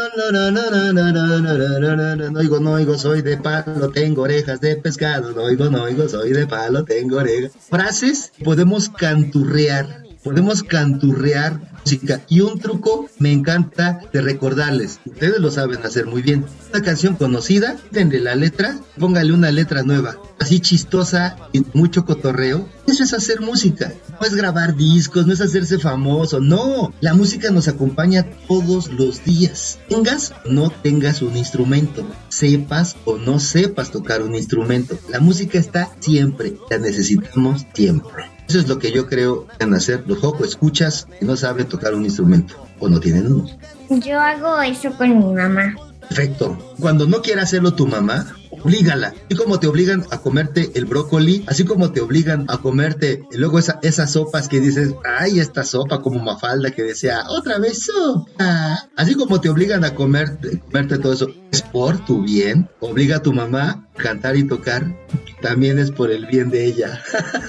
no oigo, soy de palo, tengo orejas de pescado, no oigo, soy de palo, tengo orejas. Frases podemos canturrear música. Y un truco me encanta de recordarles, ustedes lo saben hacer muy bien. Una canción conocida, denle la letra, póngale una letra nueva, así chistosa y mucho cotorreo. Eso es hacer música. No es grabar discos, no es hacerse famoso, no. La música nos acompaña todos los días. Tengas o no tengas un instrumento, sepas o no sepas tocar un instrumento, la música está siempre, la necesitamos siempre. Eso es lo que yo creo que van a hacer los jocoescuchas que no saben tocar un instrumento o no tienen uno. Yo hago eso con mi mamá. Perfecto. Cuando no quiera hacerlo tu mamá oblígala. Así como te obligan a comerte el brócoli, así como te obligan a comerte luego esas sopas que dices, ay, esta sopa como Mafalda que decía, otra vez sopa. Así como te obligan a comerte todo eso, es por tu bien. Obliga a tu mamá a cantar y tocar, también es por el bien de ella.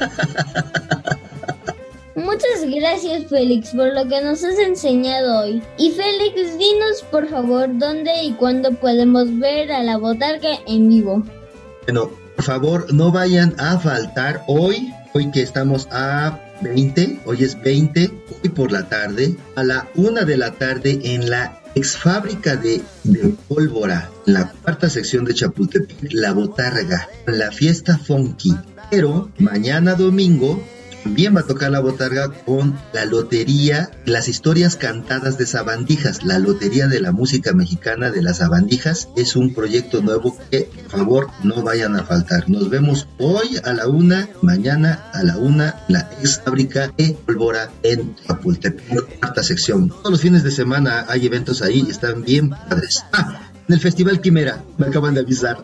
Muchas gracias, Félix, por lo que nos has enseñado hoy. Y Félix, dinos por favor dónde y cuándo podemos ver a la botarga en vivo. Bueno, por favor, no vayan a faltar hoy que estamos a 20, hoy es 20, hoy por la tarde, a la 1 de la tarde en la ex fábrica de pólvora, en la cuarta sección de Chapultepec, La Botarga, la fiesta funky. Pero mañana domingo también va a tocar la botarga con la lotería, las historias cantadas de sabandijas. La lotería de la música mexicana de las sabandijas es un proyecto nuevo que, por favor, no vayan a faltar. Nos vemos hoy a la 1, mañana a la 1, la ex fábrica de pólvora en Chapultepec, cuarta sección. Todos los fines de semana hay eventos ahí, están bien padres. En el Festival Quimera, me acaban de avisar.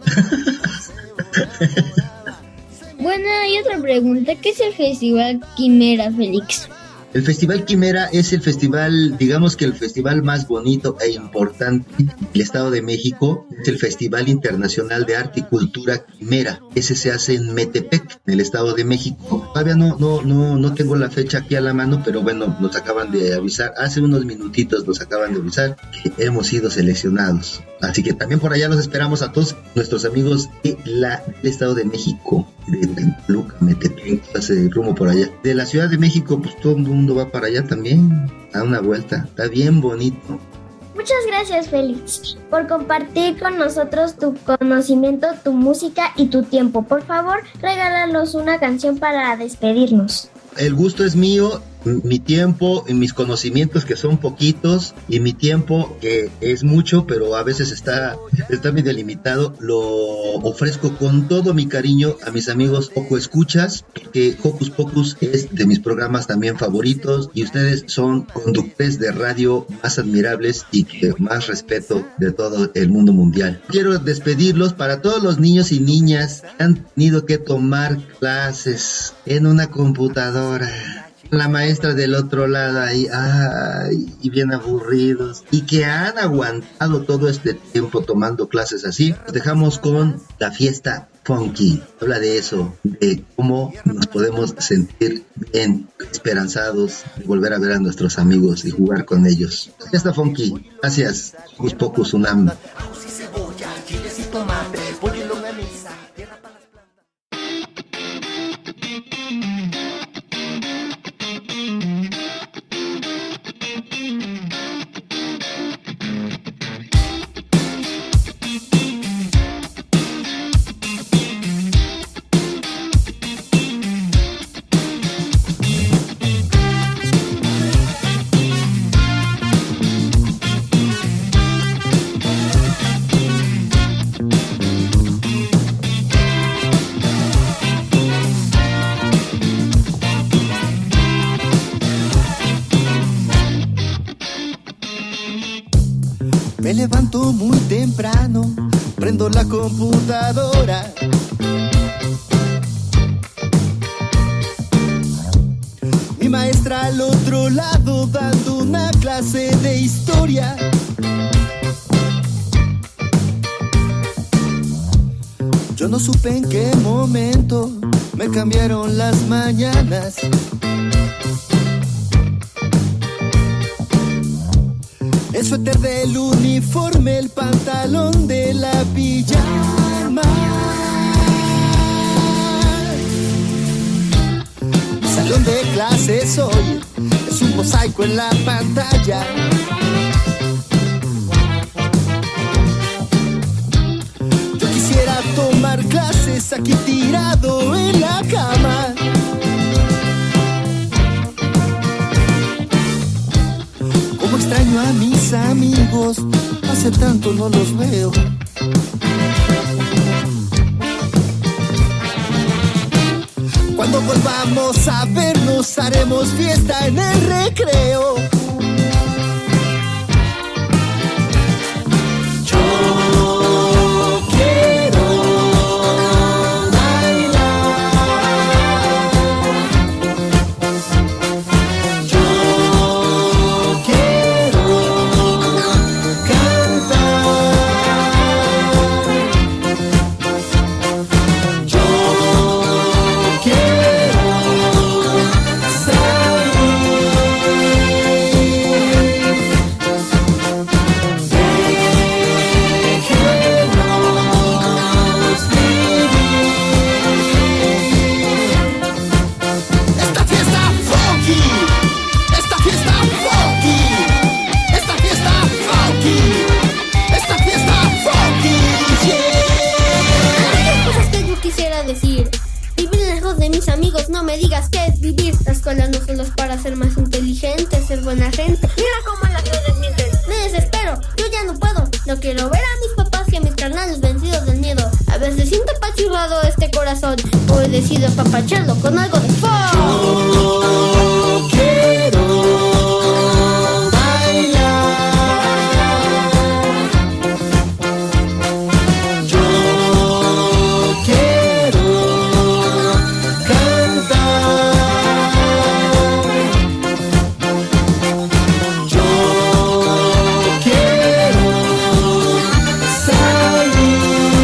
Bueno, hay otra pregunta. ¿Qué es el Festival Quimera, Félix? El Festival Quimera es el festival, digamos que el festival más bonito e importante del Estado de México. Es el Festival Internacional de Arte y Cultura Quimera. Ese se hace en Metepec, en el Estado de México. Todavía no tengo la fecha aquí a la mano, pero bueno, nos acaban de avisar. Hace unos minutitos nos acaban de avisar que hemos sido seleccionados. Así que también por allá los esperamos a todos nuestros amigos del Estado de México, de Toluca, Metepec, hace rumbo por allá. De la Ciudad de México, pues todo el mundo va para allá también, a una vuelta. Está bien bonito. Muchas gracias, Félix, por compartir con nosotros tu conocimiento, tu música y tu tiempo. Por favor, regálanos una canción para despedirnos. El gusto es mío, mi tiempo y mis conocimientos que son poquitos y mi tiempo que es mucho, pero a veces está medio limitado, lo ofrezco con todo mi cariño a mis amigos Poco Escuchas, porque Hocus Pocus es de mis programas también favoritos y ustedes son conductores de radio más admirables y que más respeto de todo el mundo mundial. Quiero despedirlos para todos los niños y niñas que han tenido que tomar clases en una computadora. La maestra del otro lado ahí, y bien aburridos, y que han aguantado todo este tiempo tomando clases así. Nos dejamos con la fiesta funky. Habla de eso, de cómo nos podemos sentir bien, esperanzados, de volver a ver a nuestros amigos y jugar con ellos. La fiesta funky. Gracias, Hocus Pocus Unam. Me levanto muy temprano, prendo la computadora. Mi maestra al otro lado dando una clase de historia. Yo no supe en qué momento me cambiaron las mañanas. El suéter del uniforme, el pantalón de la pijama. Mi salón de clases hoy es un mosaico en la pantalla. Yo quisiera tomar clases aquí tirado en la cama. Extraño a mis amigos, hace tanto no los veo. Cuando volvamos a vernos, haremos fiesta en el recreo. Yo quiero quisiera decir: vivir lejos de mis amigos, no me digas qué es vivir. La escuela no solo es para ser más inteligente, ser buena gente. Mira cómo las redes mienten. Me desespero, yo ya no puedo. No quiero ver a mis papás y a mis carnales vencidos del miedo. A veces siento apachurrado este corazón. Hoy decido apapacharlo con algo de fuego. Yo quiero bailar. Yo quiero cantar. Yo quiero salir.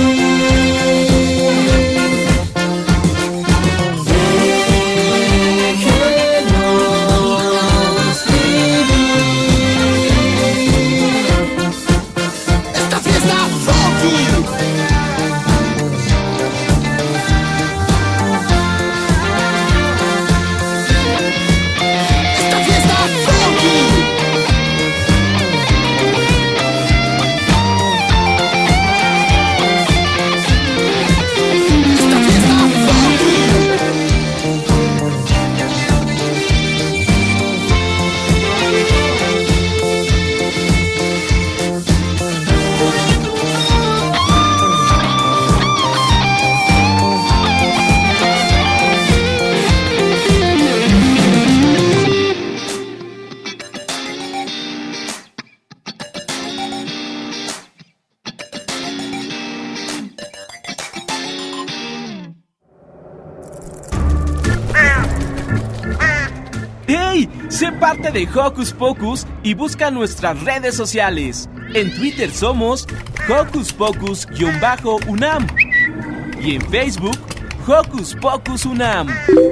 Sé parte de Hocus Pocus y busca nuestras redes sociales. En Twitter somos Hocus Pocus-UNAM y en Facebook Hocus Pocus UNAM.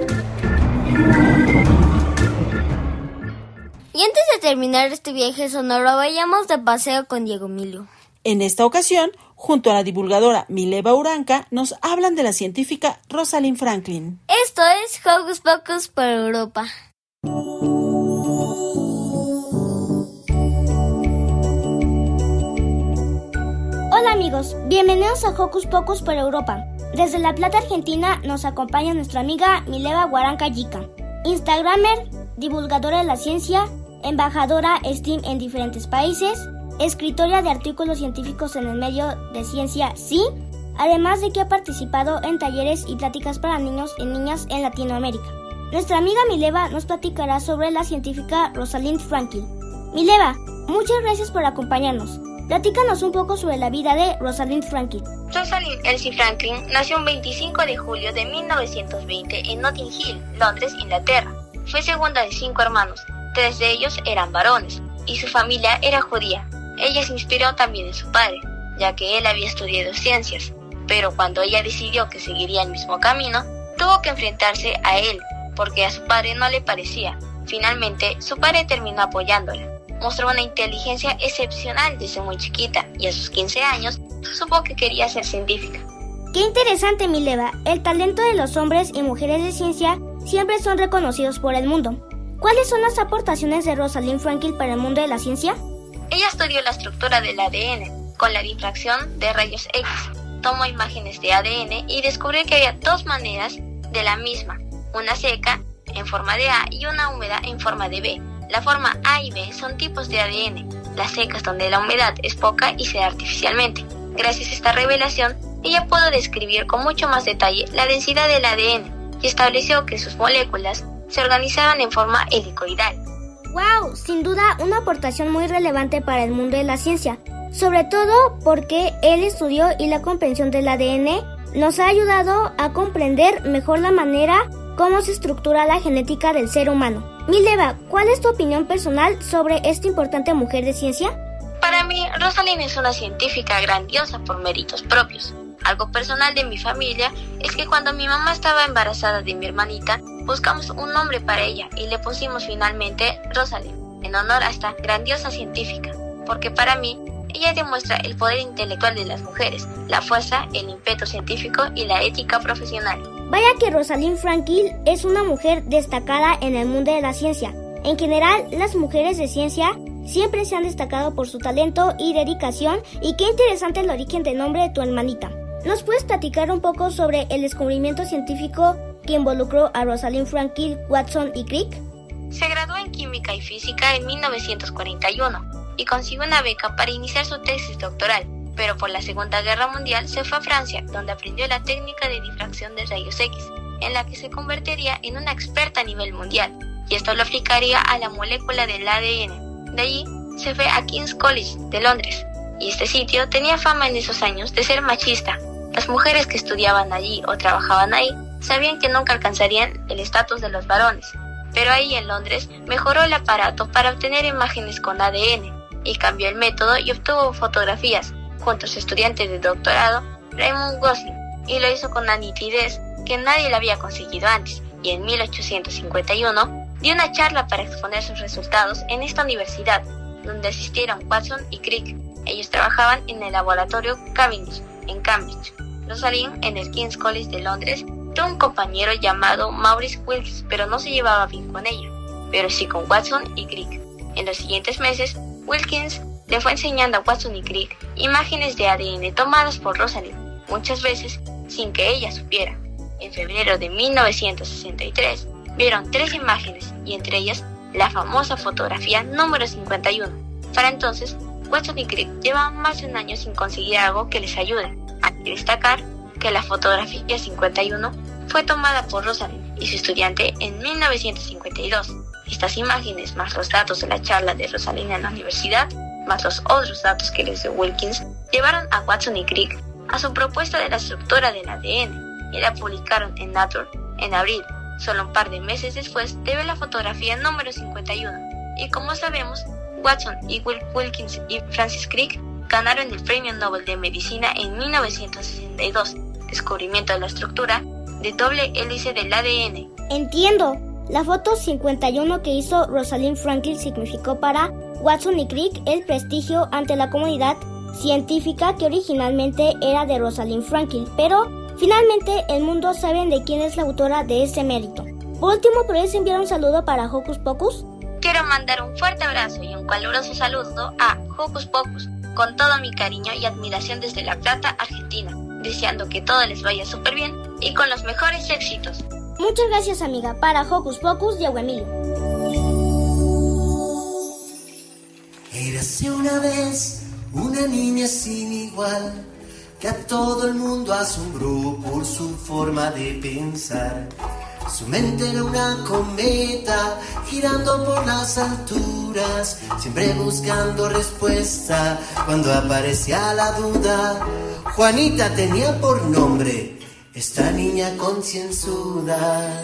Y antes de terminar este viaje sonoro, vayamos de paseo con Diego Emilio. En esta ocasión, junto a la divulgadora Mileva Uranca, nos hablan de la científica Rosalind Franklin. Esto es Hocus Pocus por Europa. Hola amigos, bienvenidos a Hocus Pocus por Europa. Desde La Plata, Argentina, nos acompaña nuestra amiga Mileva Uranca Yica, instagramer, divulgadora de la ciencia, embajadora STEAM en diferentes países, escritora de artículos científicos en el medio de ciencia Sí, además de que ha participado en talleres y pláticas para niños y niñas en Latinoamérica. Nuestra amiga Mileva nos platicará sobre la científica Rosalind Franklin. Mileva, muchas gracias por acompañarnos. Platícanos un poco sobre la vida de Rosalind Franklin. Rosalind Elsie Franklin nació el 25 de julio de 1920 en Notting Hill, Londres, Inglaterra. Fue segunda de 5 hermanos, 3 de ellos eran varones, y su familia era judía. Ella se inspiró también en su padre, ya que él había estudiado ciencias, pero cuando ella decidió que seguiría el mismo camino, tuvo que enfrentarse a él, porque a su padre no le parecía. Finalmente, su padre terminó apoyándola. Mostró una inteligencia excepcional desde muy chiquita y a sus 15 años supo que quería ser científica. ¡Qué interesante, Mileva! El talento de los hombres y mujeres de ciencia siempre son reconocidos por el mundo. ¿Cuáles son las aportaciones de Rosalind Franklin para el mundo de la ciencia? Ella estudió la estructura del ADN con la difracción de rayos X. Tomó imágenes de ADN y descubrió que había 2 maneras de la misma, una seca en forma de A y una húmeda en forma de B. La forma A y B son tipos de ADN, las secas donde la humedad es poca y se da artificialmente. Gracias a esta revelación, ella pudo describir con mucho más detalle la densidad del ADN y estableció que sus moléculas se organizaban en forma helicoidal. ¡Wow! Sin duda una aportación muy relevante para el mundo de la ciencia, sobre todo porque el estudio y la comprensión del ADN nos ha ayudado a comprender mejor la manera cómo se estructura la genética del ser humano. Mileva, ¿cuál es tu opinión personal sobre esta importante mujer de ciencia? Para mí, Rosalind es una científica grandiosa por méritos propios. Algo personal de mi familia es que cuando mi mamá estaba embarazada de mi hermanita, buscamos un nombre para ella y le pusimos finalmente Rosalind, en honor a esta grandiosa científica, porque para mí, ella demuestra el poder intelectual de las mujeres, la fuerza, el ímpetu científico y la ética profesional. Vaya que Rosalind Franklin es una mujer destacada en el mundo de la ciencia. En general, las mujeres de ciencia siempre se han destacado por su talento y dedicación, y qué interesante el origen del nombre de tu hermanita. ¿nos puedes platicar un poco sobre el descubrimiento científico que involucró a Rosalind Franklin, Watson y Crick? Se graduó en Química y Física en 1941 y consiguió una beca para iniciar su tesis doctoral, pero por la Segunda Guerra Mundial se fue a Francia, donde aprendió la técnica de difracción de rayos X, en la que se convertiría en una experta a nivel mundial, y esto lo aplicaría a la molécula del ADN. De allí se fue a King's College de Londres, y este sitio tenía fama en esos años de ser machista. Las mujeres que estudiaban allí o trabajaban ahí sabían que nunca alcanzarían el estatus de los varones, pero ahí en Londres mejoró el aparato para obtener imágenes con ADN, y cambió el método y obtuvo fotografías junto a su estudiante de doctorado, Raymond Gosling, y lo hizo con una nitidez que nadie la había conseguido antes, y en 1851 dio una charla para exponer sus resultados en esta universidad, donde asistieron Watson y Crick. Ellos trabajaban en el laboratorio Cavendish, en Cambridge. Rosalind, en el King's College de Londres, tuvo un compañero llamado Maurice Wilkes, pero no se llevaba bien con ella, pero sí con Watson y Crick. En los siguientes meses, Wilkins le fue enseñando a Watson y Crick imágenes de ADN tomadas por Rosalind, muchas veces sin que ella supiera. En febrero de 1963, vieron 3 imágenes, y entre ellas la famosa fotografía número 51. Para entonces, Watson y Crick llevaban más de un año sin conseguir algo que les ayude. Hay que destacar que la fotografía 51 fue tomada por Rosalind y su estudiante en 1952. Estas imágenes, más los datos de la charla de Rosalind en la universidad, más los otros datos que les dio Wilkins, llevaron a Watson y Crick a su propuesta de la estructura del ADN, y la publicaron en Nature en abril, solo un par de meses después de ver la fotografía número 51. Y como sabemos, Watson y Wilkins y Francis Crick ganaron el Premio Nobel de Medicina en 1962, descubrimiento de la estructura de doble hélice del ADN. Entiendo. La foto 51 que hizo Rosalind Franklin significó para Watson y Crick el prestigio ante la comunidad científica que originalmente era de Rosalind Franklin, pero finalmente el mundo sabe de quién es la autora de ese mérito. Por último, ¿puedes enviar un saludo para Hocus Pocus? Quiero mandar un fuerte abrazo y un caluroso saludo a Hocus Pocus, con todo mi cariño y admiración desde La Plata, Argentina, deseando que todo les vaya súper bien y con los mejores éxitos. Muchas gracias, amiga. Para Hocus Pocus, Diego Emilio. Érase una vez una niña sin igual, que a todo el mundo asombró por su forma de pensar. Su mente era una cometa girando por las alturas, siempre buscando respuesta cuando aparecía la duda. Juanita tenía por nombre esta niña concienzuda.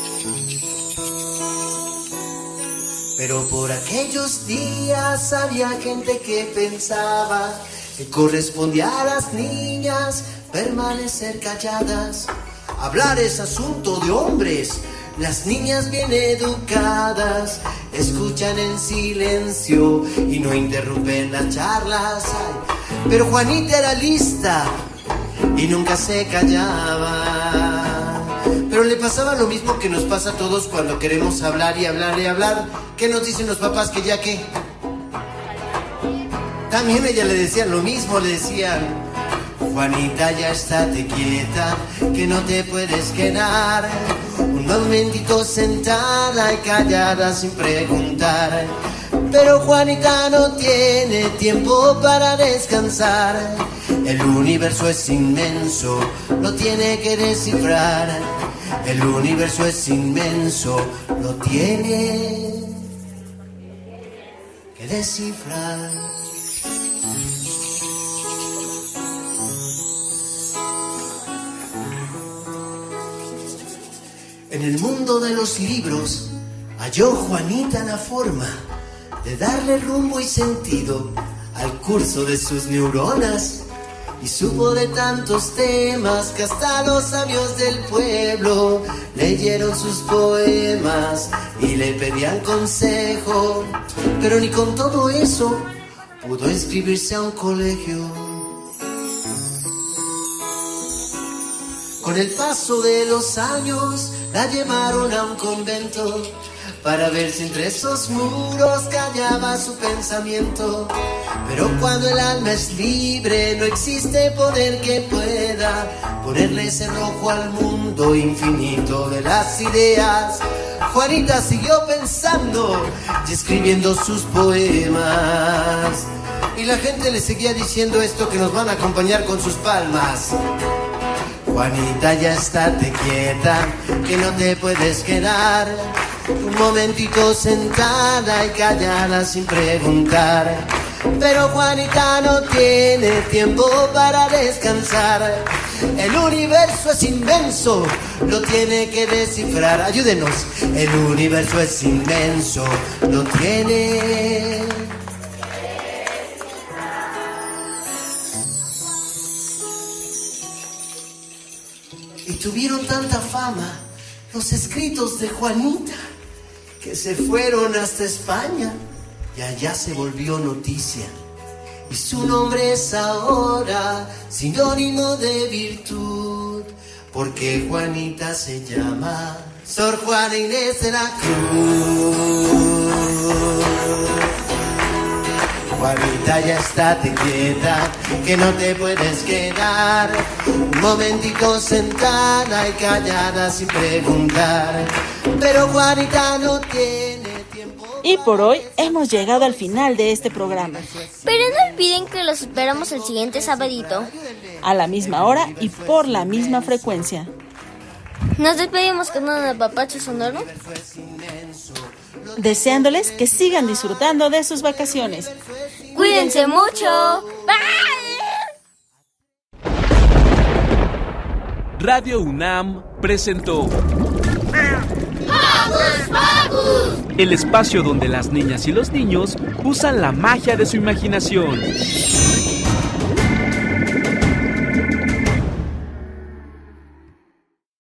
Pero por aquellos días había gente que pensaba que correspondía a las niñas permanecer calladas. Hablar es asunto de hombres. Las niñas bien educadas escuchan en silencio y no interrumpen las charlas. Ay, pero Juanita era lista y nunca se callaba. Pero le pasaba lo mismo que nos pasa a todos cuando queremos hablar y hablar y hablar. ¿Qué nos dicen los papás? Que ya que... También ella le decían lo mismo, le decían: Juanita, ya estate quieta, que no te puedes quedar un momentito sentada y callada sin preguntar. Pero Juanita no tiene tiempo para descansar. El universo es inmenso, lo tiene que descifrar. El universo es inmenso, lo tiene que descifrar. En el mundo de los libros halló Juanita la forma de darle rumbo y sentido al curso de sus neuronas, y supo de tantos temas que hasta los sabios del pueblo leyeron sus poemas y le pedían consejo. Pero ni con todo eso pudo inscribirse a un colegio. Con el paso de los años la llevaron a un convento para ver si entre esos muros callaba su pensamiento. Pero cuando el alma es libre, no existe poder que pueda ponerle cerrojo al mundo infinito de las ideas. Juanita siguió pensando y escribiendo sus poemas. Y la gente le seguía diciendo esto, que nos van a acompañar con sus palmas. Juanita, ya estate quieta, que no te puedes quedar un momentito sentada y callada sin preguntar. Pero Juanita no tiene tiempo para descansar. El universo es inmenso, lo tiene que descifrar. Ayúdenos. El universo es inmenso, lo tiene. Y tuvieron tanta fama los escritos de Juanita que se fueron hasta España y allá se volvió noticia. Y su nombre es ahora sinónimo de virtud, porque Juanita se llama Sor Juana Inés de la Cruz. Juanita, ya estate quieta, que no te puedes quedar un momentito sentada y callada sin preguntar. Pero Juanita no tiene tiempo. Y por hoy hemos llegado al final de este programa. Pero no olviden que los esperamos el siguiente sabadito, a la misma hora y por la misma frecuencia. Nos despedimos con un apapacho sonoro, deseándoles que sigan disfrutando de sus vacaciones. ¡Cuídense mucho! ¡Bye! Radio UNAM presentó ¡Hocus Pocus! El espacio donde las niñas y los niños usan la magia de su imaginación.